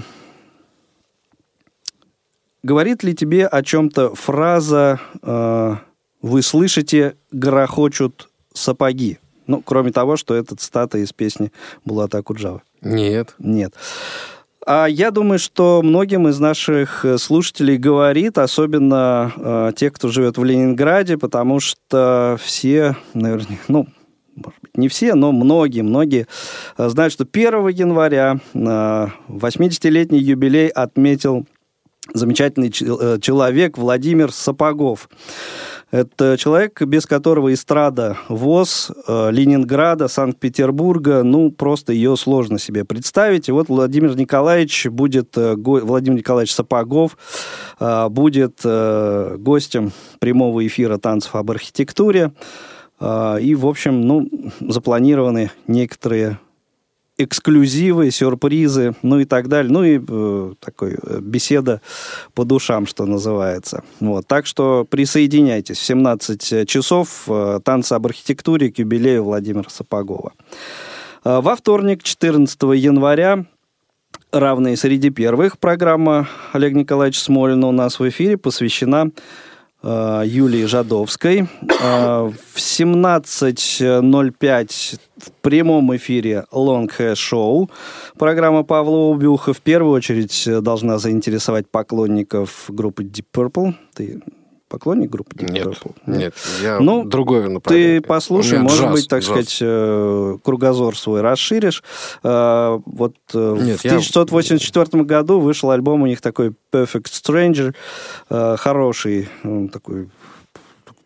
Говорит ли тебе о чем-то фраза э, «Вы слышите, грохочут сапоги»? Ну, кроме того, что это цитата из песни Булата Акуджавы. Нет. Нет. А я думаю, что многим из наших слушателей говорит, особенно э, те, кто живет в Ленинграде, потому что все, наверное, ну, может быть, не все, но многие, многие знают, что первого января э, восьмидесятилетний юбилей отметил замечательный человек Владимир Сапогов. Это человек, без которого эстрада ВОС, Ленинграда, Санкт-Петербурга, ну, просто ее сложно себе представить. И вот Владимир Николаевич будет, Владимир Николаевич Сапогов будет гостем прямого эфира «Танцев об архитектуре». И, в общем, ну, запланированы некоторые эксклюзивы, сюрпризы, ну и так далее. Ну и э, такой беседа по душам, что называется. Вот. Так что присоединяйтесь. В семнадцать часов э, «Танцы об архитектуре» к юбилею Владимира Сапогова. Э, во вторник, четырнадцатого января, равные среди первых, программа Олега Николаевича Смолина у нас в эфире посвящена Юлии Жадовской. В семнадцать ноль пять в прямом эфире Long Hair Show. Программа Павла Убюха в первую очередь должна заинтересовать поклонников группы Deep Purple. Ты поклонник группы Deep нет, Purple? Нет, нет, я ну, другое направление. Ты послушай, может джаз, быть, так джаз. сказать, кругозор свой расширишь. Вот нет, в тысяча девятьсот восемьдесят четвёртом я... году вышел альбом у них такой Perfect Stranger, хороший, такой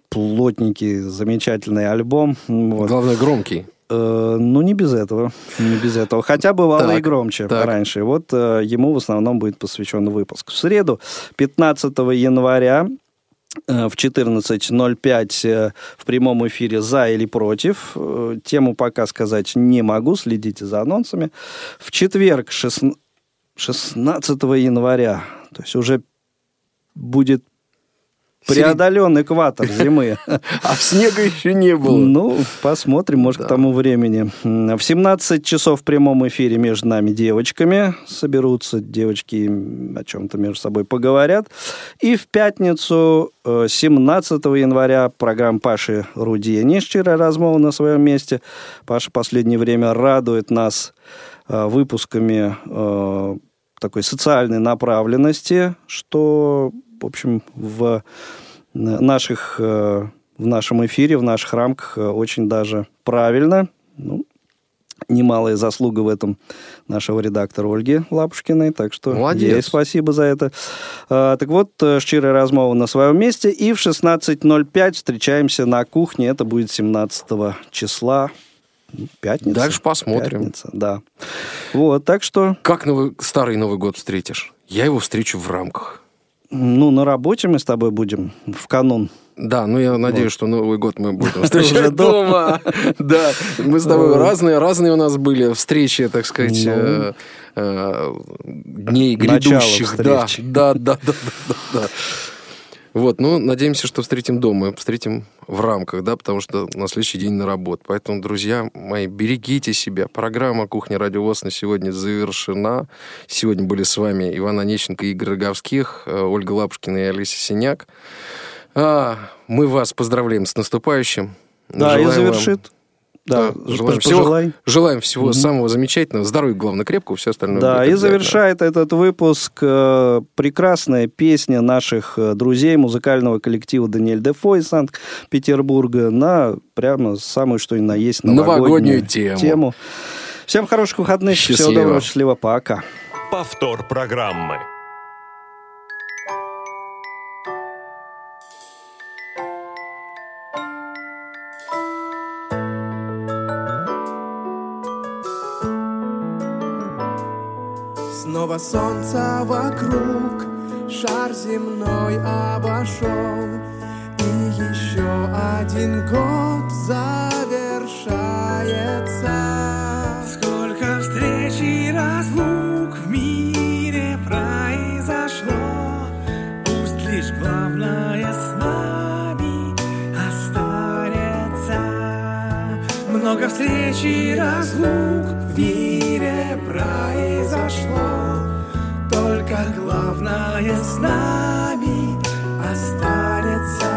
плотненький, замечательный альбом. Вот. Главное, громкий. Э, ну, не без этого. Не без этого. Хотя бывало так, и громче так. раньше. Вот э, ему в основном будет посвящен выпуск. В среду, пятнадцатого января, э, в четырнадцать ноль пять э, в прямом эфире «За или против». Э, тему пока сказать не могу, следите за анонсами. В четверг, шестнадцатого января, то есть уже будет преодолен экватор зимы. А снега еще не было. Ну, посмотрим, может, Да. к тому времени. В семнадцать часов в прямом эфире между нами девочками соберутся. Девочки о чем-то между собой поговорят. И в пятницу, семнадцатого января, программа Паши Рудени «Щирая размова» на своем месте. Паша в последнее время радует нас э, выпусками э, такой социальной направленности, что, в общем, в наших, в нашем эфире, в наших рамках очень даже правильно. Ну, немалая заслуга в этом нашего редактора Ольги Лапушкиной, так что Молодец. Ей спасибо за это. А, так вот, «Щирая размова» на своем месте, и в шестнадцать ноль пять встречаемся на кухне, это будет семнадцатого числа, пятница. Дальше посмотрим. Пятница, да. Вот, так что... Как новый, старый Новый год встретишь? Я его встречу в рамках. Ну, на работе мы с тобой будем в канун. Да, ну я надеюсь, Вот. что Новый год мы будем встречать Уже дома. Да, мы с тобой Вот. разные, разные у нас были встречи, так сказать, Ну. э, э, дней Начало грядущих. Да, встреч. да, да, да, да, да. Вот, ну, надеемся, что встретим дома, встретим в рамках, да, потому что на следующий день на работу. Поэтому, друзья мои, берегите себя. Программа «Кухня Радио ВОС» на сегодня завершена. Сегодня были с вами Иван Онищенко, Игорь Роговских, Ольга Лапушкина и Олеся Синяк. А, мы вас поздравляем с наступающим. Да, Желаем и завершит. вам- Да, да, желаем всего, пожелай. желаем всего Мгм. самого замечательного. Здоровья, главное, крепкого, все остальное Да, будет и обязательно. завершает этот выпуск э, прекрасная песня наших э, друзей музыкального коллектива «Даниэль Дефо» из Санкт-Петербурга на прямо самую, что ни на есть, новогоднюю, Новогоднюю тему. Всем хороших выходных, всего Счастливо. доброго, счастливо, пока. Повтор программы. Снова солнце вокруг, шар земной обошел, и еще один год завершается. Сколько встреч и разлук в мире произошло, пусть лишь главное с нами останется. Много встреч и разлук в мире произошло, только главное с нами останется.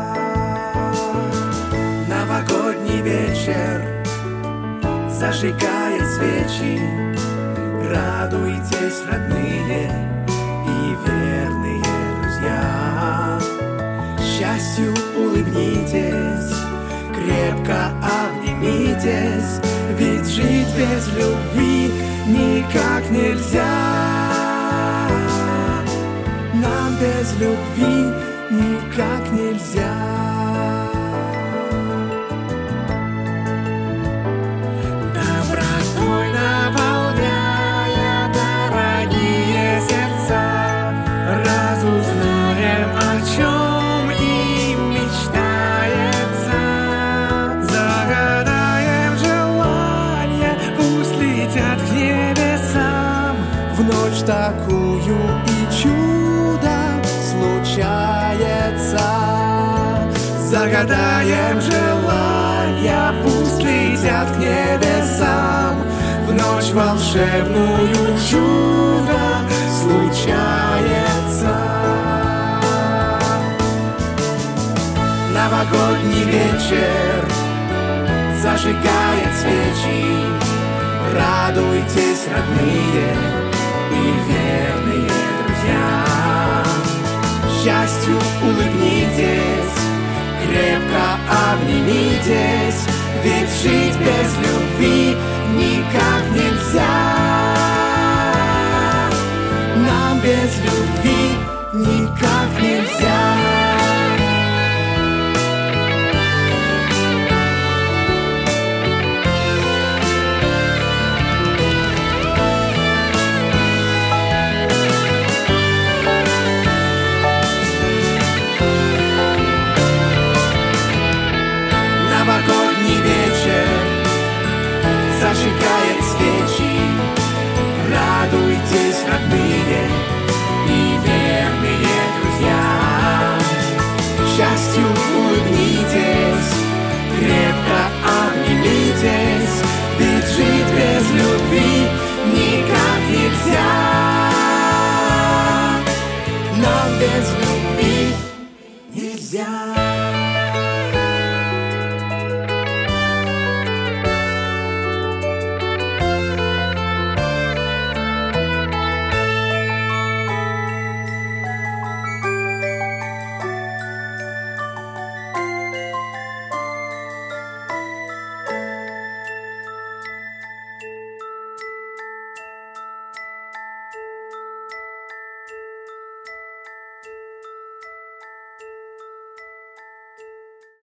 Новогодний вечер зажигает свечи, радуйтесь, родные и верные друзья. Счастью улыбнитесь, крепко обнимитесь, ведь жить без любви никак нельзя. Нам без любви никак нельзя. Добротой наполняя дорогие сердца, разузнаем, о чем им мечтается. Загадаем желания, пусть летят к небесам. В ночь такую и чудо случается. Загадаем желания, пусть летят к небесам. В ночь волшебную чудо случается. Новогодний вечер зажигает свечи, радуйтесь, родные и верные друзья. Счастью улыбнитесь, крепко обнимитесь, ведь жить без любви никак нельзя. Нам без любви никак нельзя. без любви нельзя.